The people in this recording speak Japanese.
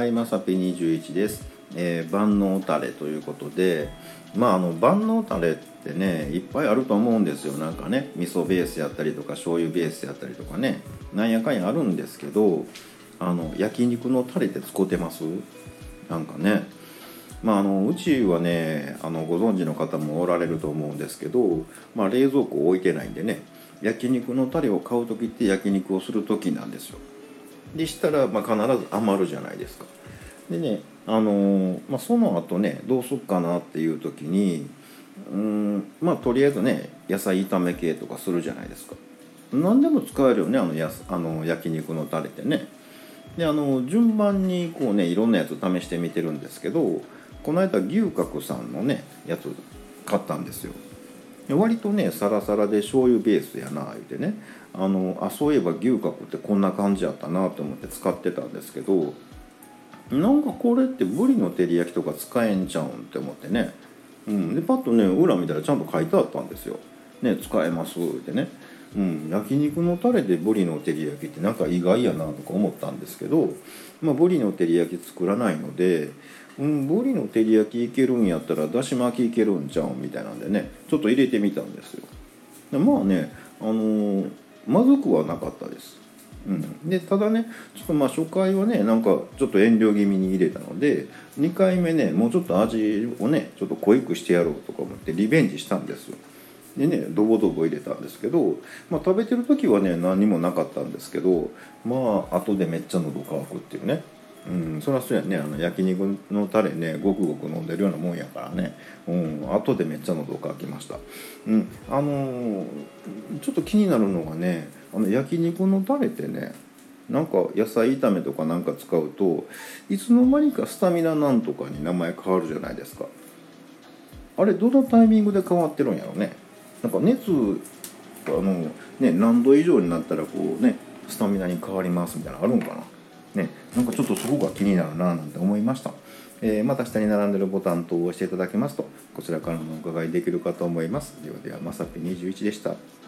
はい、まさぴ21です。万能タレということで、万能タレってね、いっぱいあると思うんですよ。なんかね、味噌ベースやったりとか、醤油ベースやったりとかね、なんやかんやあるんですけど、焼肉のタレって使ってます？なんかね、うちはね、ご存知の方もおられると思うんですけど、冷蔵庫置いてないんでね、焼肉のタレを買う時って焼肉をする時なんですよ。でしたら、必ず余るじゃないですか。でね、その後ねどうすっかなっていう時にとりあえずね野菜炒め系とかするじゃないですか。何でも使えるよね、焼肉のタレってね。で順番にこうねいろんなやつ試してみてるんですけど、この間牛角さんのねやつ買ったんですよ。割とねサラサラで醤油ベースやな言うてね、そういえば牛角ってこんな感じやったなと思って使ってたんですけど、なんかこれってブリの照り焼きとか使えんちゃうんって思ってね、でパッとね裏見たらちゃんと書いてあったんですよ。ね、使えますってね、焼肉のタレでブリの照り焼きってなんか意外やなとか思ったんですけど、ブリの照り焼き作らないので、ブリの照り焼きいけるんやったらだし巻きいけるんちゃうんみたいなんでね、ちょっと入れてみたんですよ。でまずくはなかったです。でただねちょっと初回はねなんかちょっと遠慮気味に入れたので、2回目ねもうちょっと味をねちょっと濃くしてやろうとか思ってリベンジしたんですよ。でねドボドボ入れたんですけど、食べてる時はね何にもなかったんですけど、後でめっちゃ喉乾くっていうね。そりゃそうやね、焼肉のタレねごくごく飲んでるようなもんやからね、後でめっちゃ喉乾きました。ちょっと気になるのがね、焼肉のタレってね、なんか野菜炒めとかなんか使うといつの間にかスタミナなんとかに名前変わるじゃないですか。あれどのタイミングで変わってるんやろね。なんか熱何度以上になったらこうねスタミナに変わりますみたいなのあるんかなね。なんかちょっとそこが気になるななんて思いました。また下に並んでるボタンと押していただけますとこちらからもお伺いできるかと思います。ではまさぴ21でした。